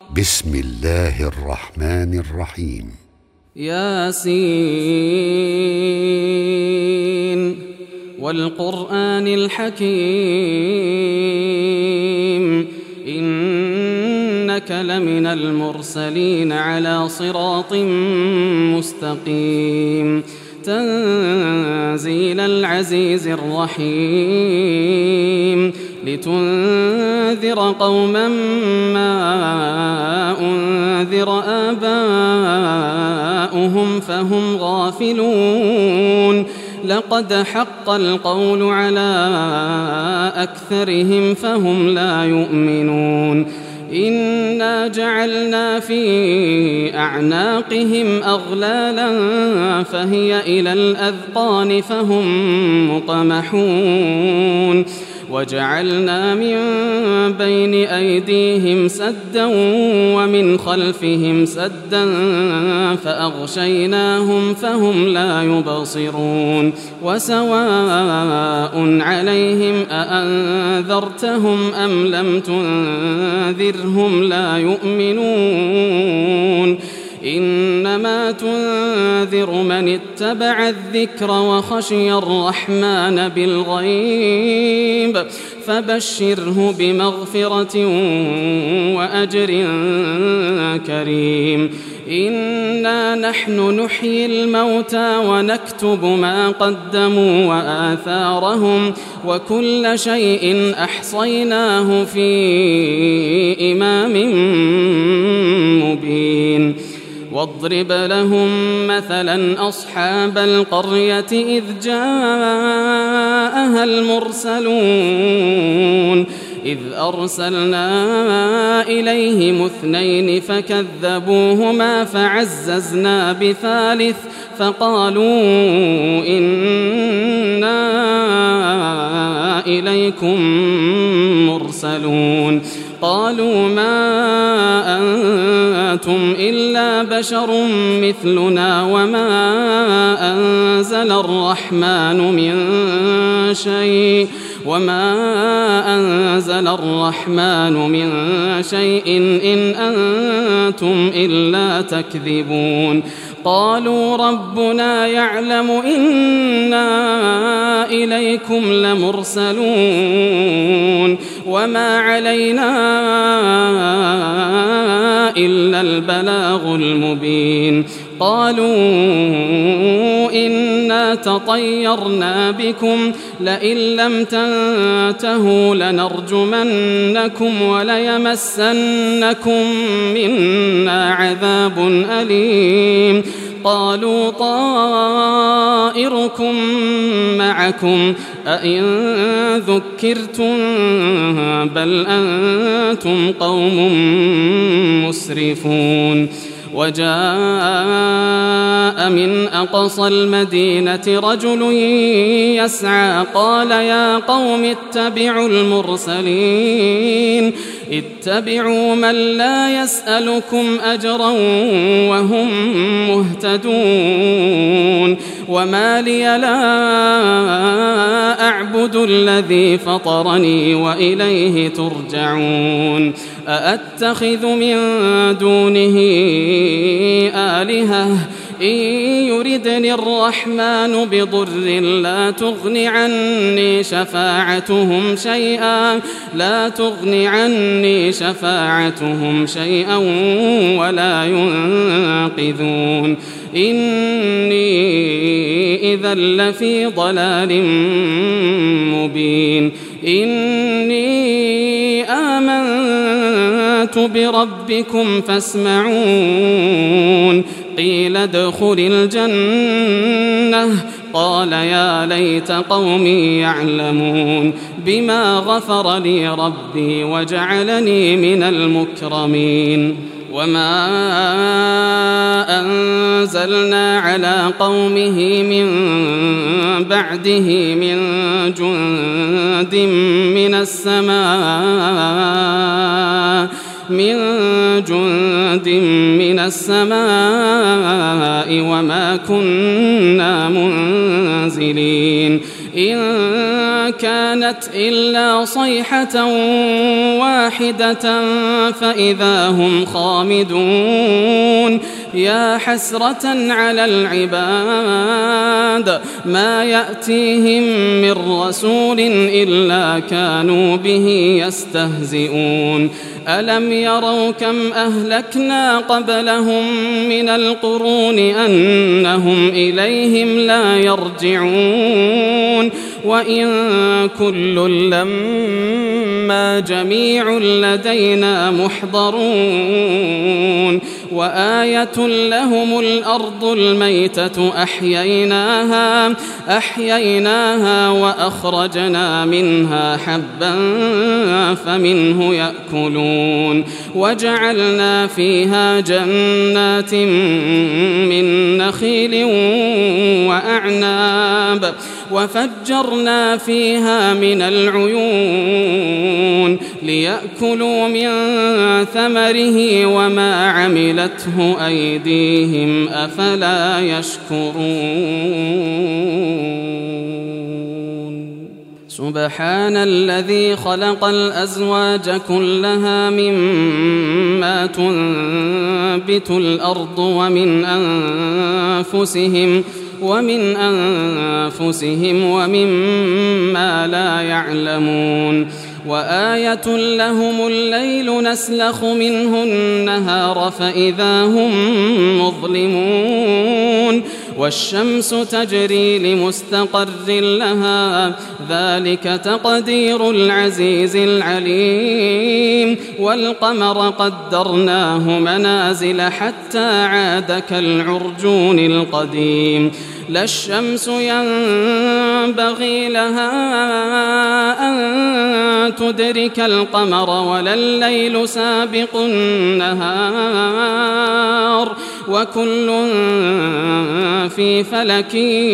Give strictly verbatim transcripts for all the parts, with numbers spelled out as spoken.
بسم الله الرحمن الرحيم. ياسين والقرآن الحكيم إنك لمن المرسلين على صراط مستقيم تنزيل العزيز الرحيم لتنذر قوما ما أنذر آباؤهم فهم غافلون لقد حق القول على أكثرهم فهم لا يؤمنون إنا جعلنا في أعناقهم أغلالا فهي إلى الأذقان فهم مقمحون وجعلنا من بين أيديهم سدا ومن خلفهم سدا فأغشيناهم فهم لا يبصرون وسواء عليهم أأنذرتهم أم لم تنذرهم لا يؤمنون إنما تنذر من اتبع الذكر وخشي الرحمن بالغيب فبشره بمغفرة وأجر كريم إنا نحن نحيي الموتى ونكتب ما قدموا وآثارهم وكل شيء أحصيناه في إمام مبين واضرب لهم مثلا أصحاب القرية إذ جاءها المرسلون إذ أرسلنا إليهم اثنين فكذبوهما فعززنا بثالث فقالوا إنا إليكم مرسلون قالوا ما أنتم إلا بشر مثلنا وما أنزل الرحمن من شيء وما أنزل الرحمن من شيء إن أنتم إلا تكذبون قالوا ربنا يعلم إنا إليكم لمرسلون وما علينا إلا البلاغ المبين قالوا إنا تطيرنا بكم لئن لم تنتهوا لنرجمنكم وليمسنكم منا عذاب أليم قالوا طائركم معكم أئن ذكرتم بل أنتم قوم مسرفون وجاء من أقصى المدينة رجل يسعى قال يا قوم اتبعوا المرسلين اتبعوا من لا يسألكم أجرا وهم مهتدون وما لي لا أعبد الذي فطرني وإليه ترجعون أأتخذ من دونه آلهة إن يردني الرحمن بضر لا تغن عني شفاعتهم شيئا لا تغن عني شفاعتهم شيئا ولا ينقذون إني إذا لفي ضلال مبين إني آمنت بربكم فاسمعون قيل ادخل الجنة قال يا ليت قومي يعلمون بما غفر لي ربي وجعلني من المكرمين وما أنزلنا على قومه من بعده من جند من السماء من جند من السماء وما كنا منزلين إن كانت إلا صيحة واحدة فإذا هم خامدون يا حسرة على العباد ما يأتيهم من رسول إلا كانوا به يستهزئون ألم يروا كم أهلكنا قبلهم من القرون أنهم إليهم لا يرجعون وإن كل لما جميع لدينا محضرون وآية لهم الأرض الميتة أحييناها أحييناها وأخرجنا منها حبا فمنه يأكلون وجعلنا فيها جنات من نخيل وأعناب وفجرنا فيها من العيون ليأكلوا من ثمره وما عملته أيديهم أفلا يشكرون سبحان الذي خلق الأزواج كلها مما تنبت الأرض ومن أنفسهم ومن أنفسهم ومما لا يعلمون وآية لهم الليل نسلخ منه النهار فإذا هم مظلمون والشمس تجري لمستقر لها ذلك تقدير العزيز العليم والقمر قدرناه منازل حتى عاد كالعرجون القديم لا الشمس ينبغي لها أن تدرك القمر ولا الليل سابق النهار وكل في فلك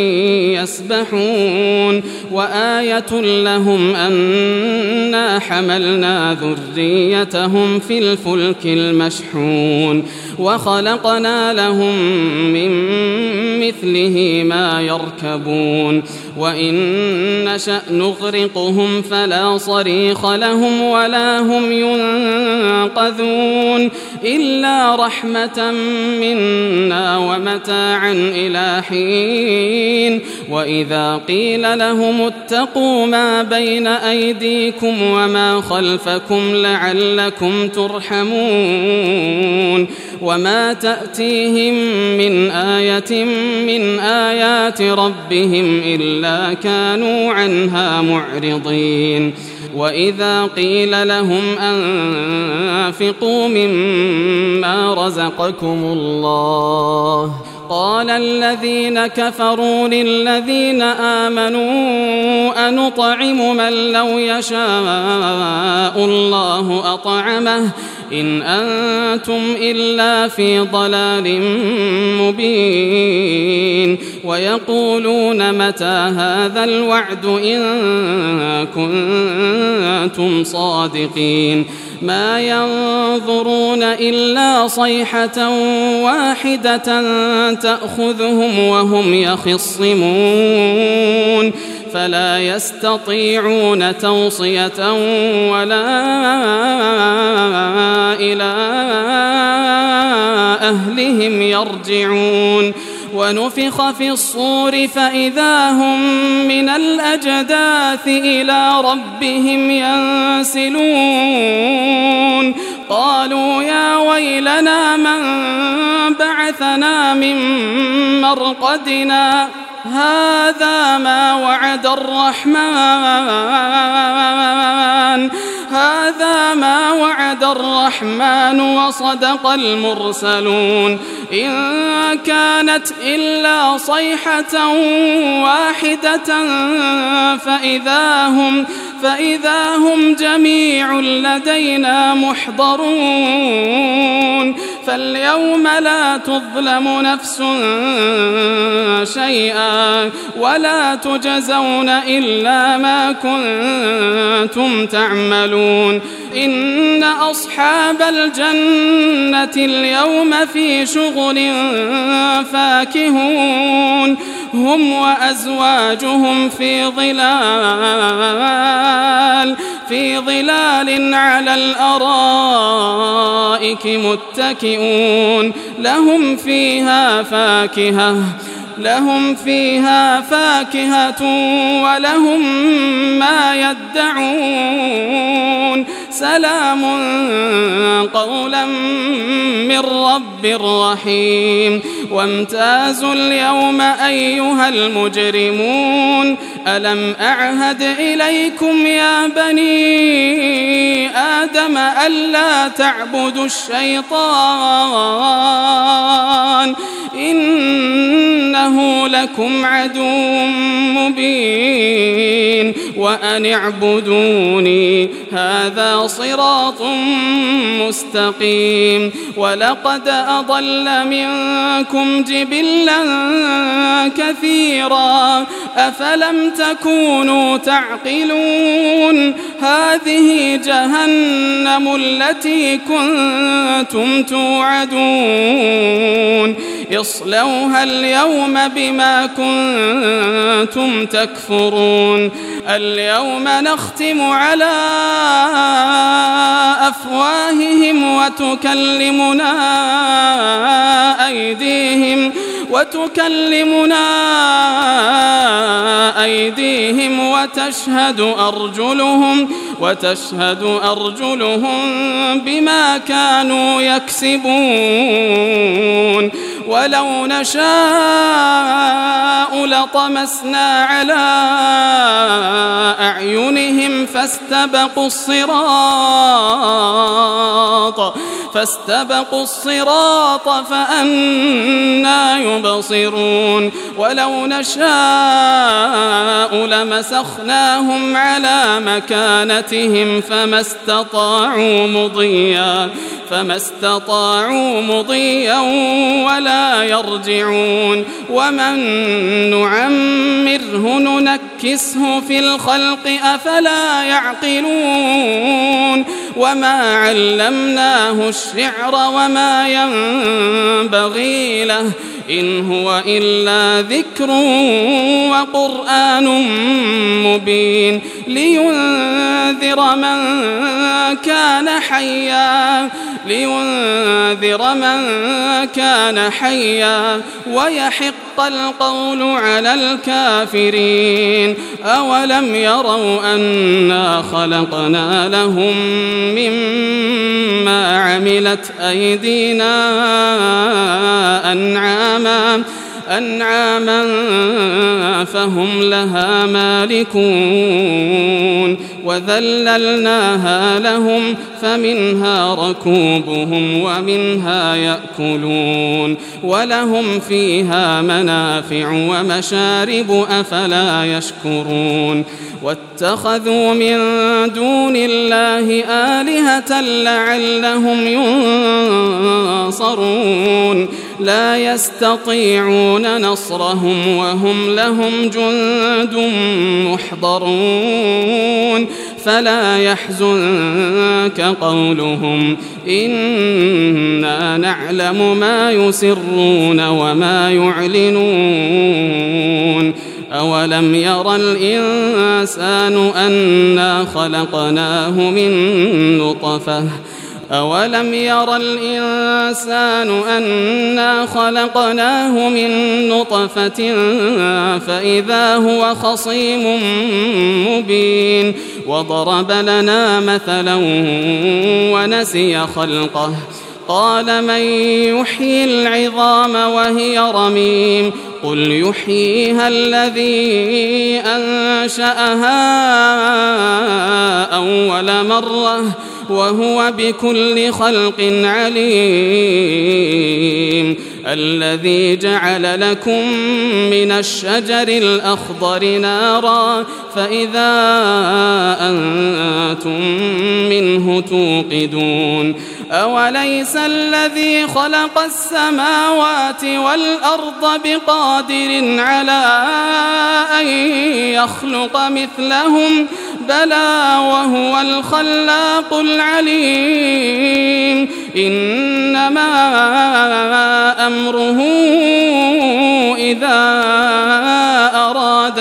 يسبحون وآية لهم أنا حملنا ذريتهم في الفلك المشحون وخلقنا لهم من مثله ما يركبون وإن نشأ نغرقهم فلا صريخ لهم ولا هم ينقذون إلا رحمة منا ومتاعا إلى حين وإذا قيل لهم اتقوا ما بين أيديكم وما خلفكم لعلكم ترحمون وما تأتيهم من آية من آيات ربهم إلا كانوا عنها معرضين وإذا قيل لهم أنفقوا مما رزقكم الله قال الذين كفروا للذين آمنوا أنطعم من لو يشاء الله أطعمه إن أنتم إلا في ضلال مبين ويقولون متى هذا الوعد إن كنتم صادقين ما ينظرون إلا صيحة واحدة تأخذهم وهم يخصمون فلا يستطيعون توصية ولا إلى أهلهم يرجعون ونفخ في الصور فإذا هم من الأجداث إلى ربهم ينسلون قالوا يا ويلنا من بعثنا من مرقدنا هذا ما وعد الرحمن هذا ما وعد الرحمن وصدق المرسلون إن كانت إلا صيحة واحدة فإذا هم فإذا هم جميع لدينا محضرون فاليوم لا تظلم نفس شيئا ولا تجزون إلا ما كنتم تعملون إن أصحاب الجنة اليوم في شغل فاكهون هم وأزواجهم في ظلال في ظلال على الأرائك متكئون لهم فيها فاكهة لهم فيها فاكهة ولهم ما يدعون سلام قولا من رب رحيم وامتازوا اليوم أيها المجرمون ألم أعهد إليكم يا بني آدم ألا تعبدوا الشيطان إنه لكم عدو مبين وأن اعبدوني هذا صراط مستقيم ولقد أضل منكم جبلا كثيرا أفلم تكونوا تعقلون هذه جهنم التي كنتم توعدون اصلوها اليوم بما كنتم تكفرون اليوم نختم على أفواههم وتكلمنا أيديهم وتكلمنا أيديهم وتشهد أرجلهم وتشهد أرجلهم بما كانوا يكسبون ولو نشاء لطمسنا على أعينهم فاستبقوا الصراط فاستبقوا الصراط فأنى يبصرون ولو نشاء لمسخناهم على مكانتهم فما استطاعوا مضيا فما استطاعوا مضيا ولا يرجعون ومن نعمره ننكسه في الخلق أفلا يعقلون وما علمناه الشعر وما ينبغي له إن هو إلا ذكر وقرآن مبين لينذر من كان حيا لينذر من كان حيا ويحق القول على الكافرين أولم يروا أنا خلقنا لهم مما عملت أيدينا أنعاما أنعاما فهم لها مالكون وذللناها لهم فمنها ركوبهم ومنها يأكلون ولهم فيها منافع ومشارب أفلا يشكرون واتخذوا من دون الله آلهة لعلهم ينصرون لا يستطيعون نصرهم وهم لهم جند محضرون فلا يحزنك قولهم إنا نعلم ما يسرون وما يعلنون أولم يرى الإنسان أنا خلقناه من نطفة أولم يرى الإنسان أنا خلقناه من نطفة فإذا هو خصيم مبين وضرب لنا مثلا ونسي خلقه قال من يحيي العظام وهي رميم قل يحييها الذي أنشأها أول مرة وهو بكل خلق عليم الذي جعل لكم من الشجر الأخضر نارا فإذا أنتم منه توقدون أوليس الذي خلق السماوات والأرض بقادر على أن يخلق مثلهم بلى وهو الخلاق العليم إنما أمره إذا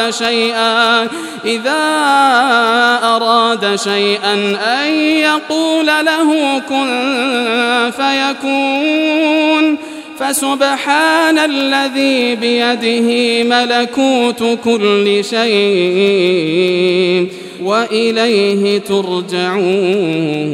شيئا إذا أراد شيئا أن يقول له كن فيكون فسبحان الذي بيده ملكوت كل شيء وإليه ترجعون.